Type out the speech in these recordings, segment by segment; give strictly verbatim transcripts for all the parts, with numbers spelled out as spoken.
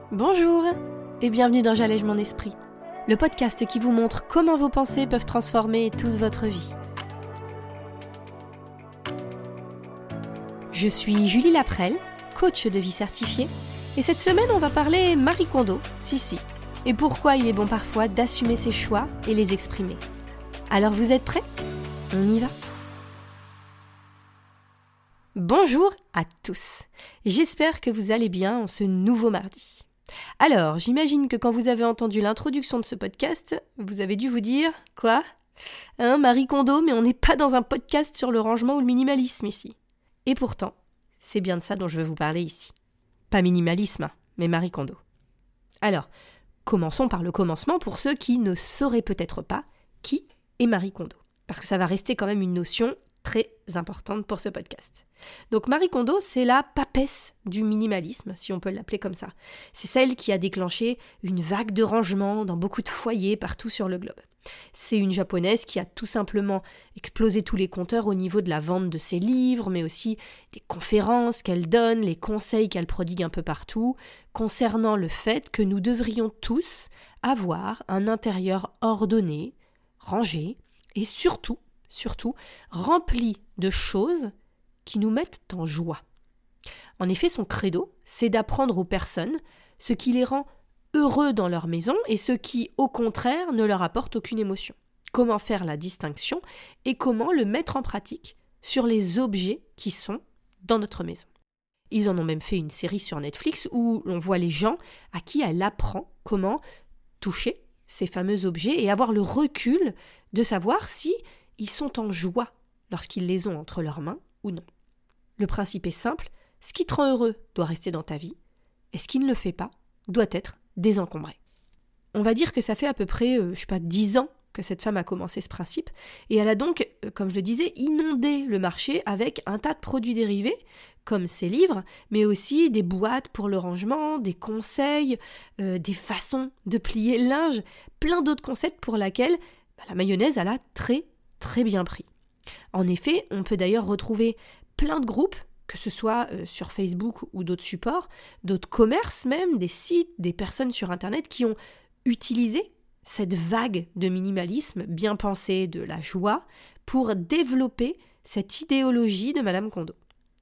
Bonjour et bienvenue dans J'allège mon esprit, le podcast qui vous montre comment vos pensées peuvent transformer toute votre vie. Je suis Julie Laprelle, coach de vie certifiée, et cette semaine on va parler Marie Kondo, si si, et pourquoi il est bon parfois d'assumer ses choix et les exprimer. Alors vous êtes prêts ? On y va ? Bonjour à tous, j'espère que vous allez bien en ce nouveau mardi. Alors, j'imagine que quand vous avez entendu l'introduction de ce podcast, vous avez dû vous dire « Quoi ? Hein, Marie Kondo, mais on n'est pas dans un podcast sur le rangement ou le minimalisme ici. » Et pourtant, c'est bien de ça dont je veux vous parler ici. Pas minimalisme, mais Marie Kondo. Alors, commençons par le commencement pour ceux qui ne sauraient peut-être pas qui est Marie Kondo. Parce que ça va rester quand même une notion très importante pour ce podcast. Donc Marie Kondo, c'est la papesse du minimalisme, si on peut l'appeler comme ça. C'est celle qui a déclenché une vague de rangement dans beaucoup de foyers partout sur le globe. C'est une japonaise qui a tout simplement explosé tous les compteurs au niveau de la vente de ses livres, mais aussi des conférences qu'elle donne, les conseils qu'elle prodigue un peu partout, concernant le fait que nous devrions tous avoir un intérieur ordonné, rangé, et surtout, surtout, rempli de choses qui nous mettent en joie. En effet, son credo, c'est d'apprendre aux personnes ce qui les rend heureux dans leur maison et ce qui, au contraire, ne leur apporte aucune émotion. Comment faire la distinction et comment le mettre en pratique sur les objets qui sont dans notre maison. Ils en ont même fait une série sur Netflix où l'on voit les gens à qui elle apprend comment toucher ces fameux objets et avoir le recul de savoir si ils sont en joie lorsqu'ils les ont entre leurs mains ou non. Le principe est simple, ce qui te rend heureux doit rester dans ta vie, et ce qui ne le fait pas doit être désencombré. On va dire que ça fait à peu près, euh, je sais pas, dix ans que cette femme a commencé ce principe, et elle a donc, euh, comme je le disais, inondé le marché avec un tas de produits dérivés, comme ses livres, mais aussi des boîtes pour le rangement, des conseils, euh, des façons de plier le linge, plein d'autres concepts pour lesquels bah, la mayonnaise, elle a très, très bien pris. En effet, on peut d'ailleurs retrouver plein de groupes, que ce soit euh, sur Facebook ou d'autres supports, d'autres commerces même, des sites, des personnes sur Internet qui ont utilisé cette vague de minimalisme bien pensée de la joie pour développer cette idéologie de Madame Kondo.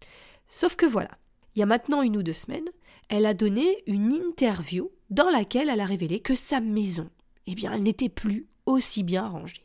Sauf que voilà, il y a maintenant une ou deux semaines, elle a donné une interview dans laquelle elle a révélé que sa maison, eh bien, elle n'était plus aussi bien rangée.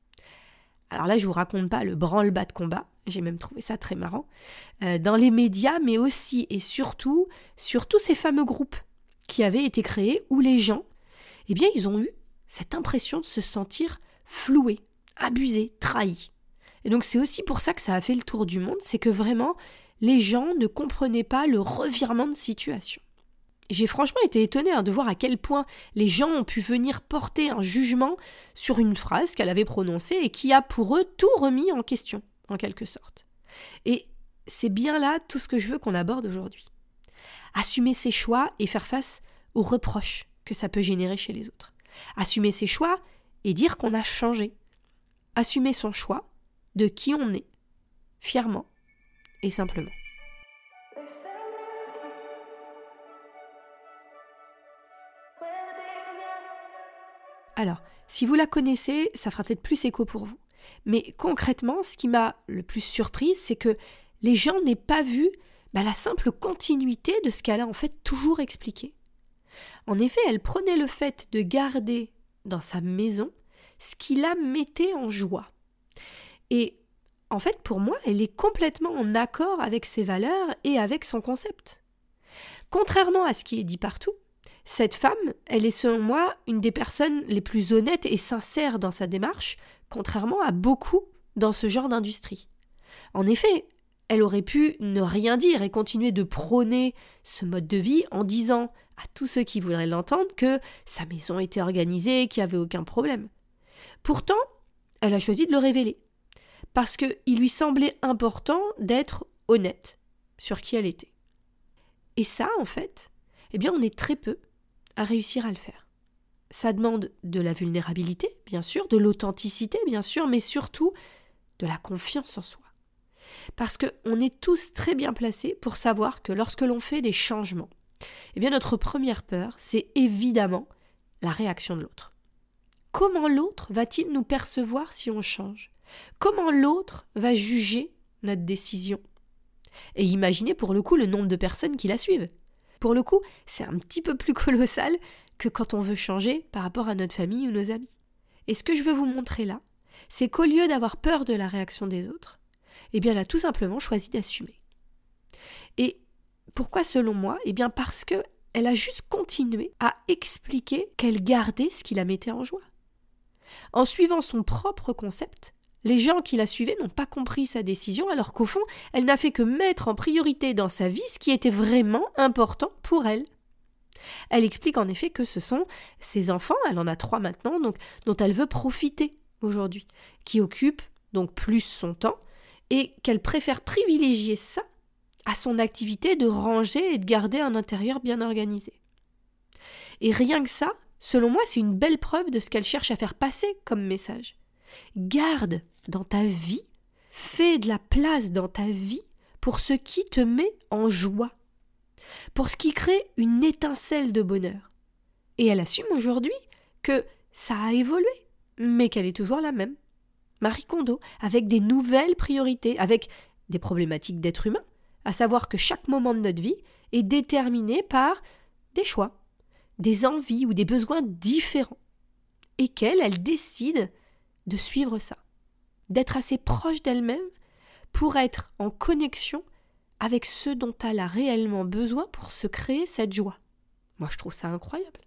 Alors là, je vous raconte pas le branle-bas de combat, j'ai même trouvé ça très marrant, euh, dans les médias, mais aussi et surtout sur tous ces fameux groupes qui avaient été créés où les gens, eh bien, ils ont eu cette impression de se sentir floués, abusés, trahis. Et donc c'est aussi pour ça que ça a fait le tour du monde, c'est que vraiment, les gens ne comprenaient pas le revirement de situation. J'ai franchement été étonnée hein, de voir à quel point les gens ont pu venir porter un jugement sur une phrase qu'elle avait prononcée et qui a pour eux tout remis en question, en quelque sorte. Et c'est bien là tout ce que je veux qu'on aborde aujourd'hui. Assumer ses choix et faire face aux reproches que ça peut générer chez les autres. Assumer ses choix et dire qu'on a changé. Assumer son choix de qui on est, fièrement et simplement. Alors, si vous la connaissez, ça fera peut-être plus écho pour vous. Mais concrètement, ce qui m'a le plus surprise, c'est que les gens n'aient pas vu bah, la simple continuité de ce qu'elle a en fait toujours expliqué. En effet, elle prenait le fait de garder dans sa maison ce qui la mettait en joie. Et en fait, pour moi, elle est complètement en accord avec ses valeurs et avec son concept. Contrairement à ce qui est dit partout, cette femme, elle est selon moi une des personnes les plus honnêtes et sincères dans sa démarche, contrairement à beaucoup dans ce genre d'industrie. En effet, elle aurait pu ne rien dire et continuer de prôner ce mode de vie en disant à tous ceux qui voudraient l'entendre que sa maison était organisée, qu'il n'y avait aucun problème. Pourtant, elle a choisi de le révéler, parce qu'il lui semblait important d'être honnête sur qui elle était. Et ça, en fait, eh bien, on est très peu à réussir à le faire. Ça demande de la vulnérabilité, bien sûr, de l'authenticité, bien sûr, mais surtout de la confiance en soi. Parce qu'on est tous très bien placés pour savoir que lorsque l'on fait des changements, Eh bien, notre première peur, c'est évidemment la réaction de l'autre. Comment l'autre va-t-il nous percevoir si on change ? Comment l'autre va juger notre décision ? Et imaginez pour le coup le nombre de personnes qui la suivent. Pour le coup, c'est un petit peu plus colossal que quand on veut changer par rapport à notre famille ou nos amis. Et ce que je veux vous montrer là, c'est qu'au lieu d'avoir peur de la réaction des autres, eh bien elle a tout simplement choisi d'assumer. Et pourquoi selon moi ? Eh bien parce que elle a juste continué à expliquer qu'elle gardait ce qui la mettait en joie. En suivant son propre concept, les gens qui la suivaient n'ont pas compris sa décision, alors qu'au fond, elle n'a fait que mettre en priorité dans sa vie ce qui était vraiment important pour elle. Elle explique en effet que ce sont ses enfants, elle en a trois maintenant, donc, dont elle veut profiter aujourd'hui, qui occupent donc plus son temps, et qu'elle préfère privilégier ça à son activité de ranger et de garder un intérieur bien organisé. Et rien que ça, selon moi, c'est une belle preuve de ce qu'elle cherche à faire passer comme message. Garde dans ta vie, fais de la place dans ta vie pour ce qui te met en joie, pour ce qui crée une étincelle de bonheur. Et elle assume aujourd'hui que ça a évolué, mais qu'elle est toujours la même. Marie Kondo, avec des nouvelles priorités, avec des problématiques d'être humain, à savoir que chaque moment de notre vie est déterminé par des choix, des envies ou des besoins différents, et qu'elle, elle décide de suivre ça, d'être assez proche d'elle-même pour être en connexion avec ce dont elle a réellement besoin pour se créer cette joie. Moi, je trouve ça incroyable.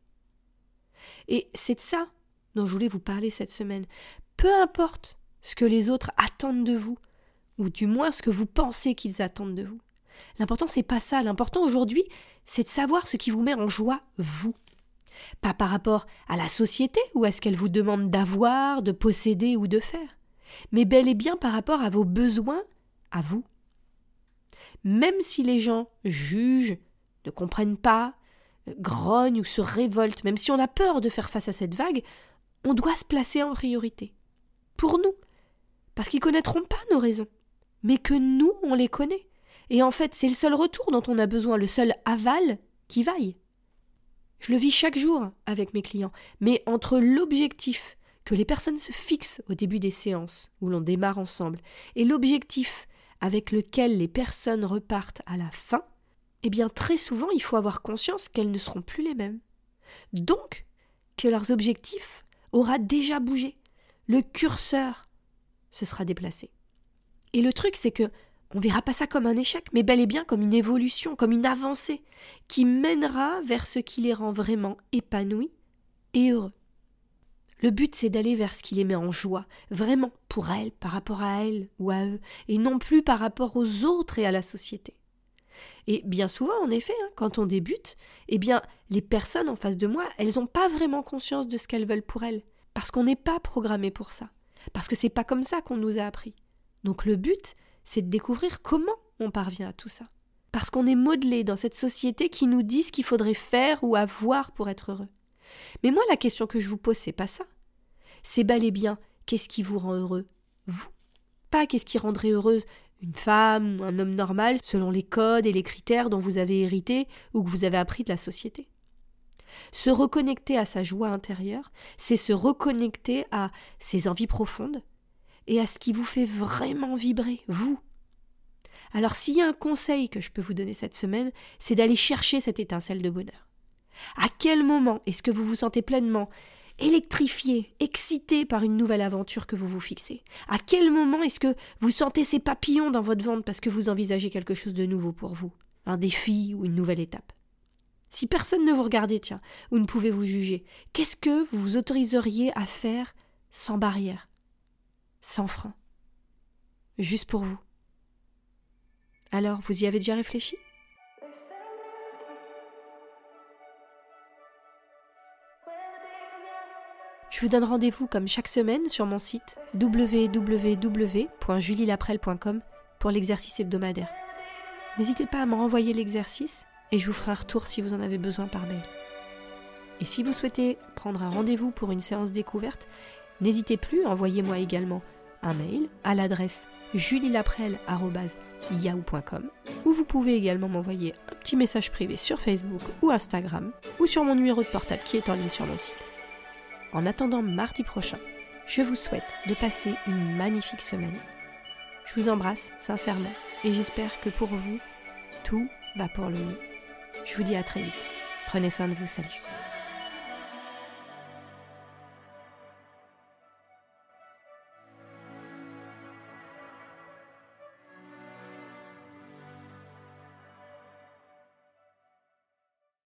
Et c'est de ça dont je voulais vous parler cette semaine. Peu importe ce que les autres attendent de vous, ou du moins ce que vous pensez qu'ils attendent de vous. L'important, c'est pas ça. L'important aujourd'hui, c'est de savoir ce qui vous met en joie, vous. Pas par rapport à la société ou à ce qu'elle vous demande d'avoir, de posséder ou de faire, mais bel et bien par rapport à vos besoins, à vous. Même si les gens jugent, ne comprennent pas, grognent ou se révoltent, même si on a peur de faire face à cette vague, on doit se placer en priorité. Pour nous. Parce qu'ils ne connaîtront pas nos raisons, mais que nous, on les connaît. Et en fait, c'est le seul retour dont on a besoin, le seul aval qui vaille. Je le vis chaque jour avec mes clients, mais entre l'objectif que les personnes se fixent au début des séances où l'on démarre ensemble et l'objectif avec lequel les personnes repartent à la fin, eh bien très souvent il faut avoir conscience qu'elles ne seront plus les mêmes. Donc, que leurs objectifs aura déjà bougé. Le curseur se sera déplacé. Et le truc, c'est que on verra pas ça comme un échec, mais bel et bien comme une évolution, comme une avancée, qui mènera vers ce qui les rend vraiment épanouis et heureux. Le but, c'est d'aller vers ce qui les met en joie, vraiment pour elles, par rapport à elles ou à eux, et non plus par rapport aux autres et à la société. Et bien souvent, en effet, hein, quand on débute, eh bien, les personnes en face de moi, elles n'ont pas vraiment conscience de ce qu'elles veulent pour elles, parce qu'on n'est pas programmé pour ça, parce que c'est pas comme ça qu'on nous a appris. Donc le but, c'est de découvrir comment on parvient à tout ça. Parce qu'on est modelé dans cette société qui nous dit ce qu'il faudrait faire ou avoir pour être heureux. Mais moi, la question que je vous pose, c'est pas ça. C'est bel et bien, qu'est-ce qui vous rend heureux, vous ? Pas qu'est-ce qui rendrait heureuse une femme ou un homme normal selon les codes et les critères dont vous avez hérité ou que vous avez appris de la société. Se reconnecter à sa joie intérieure, c'est se reconnecter à ses envies profondes, et à ce qui vous fait vraiment vibrer, vous. Alors s'il y a un conseil que je peux vous donner cette semaine, c'est d'aller chercher cette étincelle de bonheur. À quel moment est-ce que vous vous sentez pleinement électrifié, excité par une nouvelle aventure que vous vous fixez ? À quel moment est-ce que vous sentez ces papillons dans votre ventre parce que vous envisagez quelque chose de nouveau pour vous ? Un défi ou une nouvelle étape ? Si personne ne vous regardait, tiens, ou ne pouvait vous juger, qu'est-ce que vous vous autoriseriez à faire sans barrière ? Sans frein. Juste pour vous. Alors, vous y avez déjà réfléchi ? Je vous donne rendez-vous comme chaque semaine sur mon site w w w point julie laprelle point com pour l'exercice hebdomadaire. N'hésitez pas à me renvoyer l'exercice et je vous ferai un retour si vous en avez besoin par mail. Et si vous souhaitez prendre un rendez-vous pour une séance découverte, n'hésitez plus, envoyez-moi également un mail à l'adresse julie laprelle arobase yahoo point com, ou vous pouvez également m'envoyer un petit message privé sur Facebook ou Instagram, ou sur mon numéro de portable qui est en ligne sur mon site. En attendant mardi prochain, je vous souhaite de passer une magnifique semaine. Je vous embrasse sincèrement et j'espère que pour vous, tout va pour le mieux. Je vous dis à très vite. Prenez soin de vous, salut.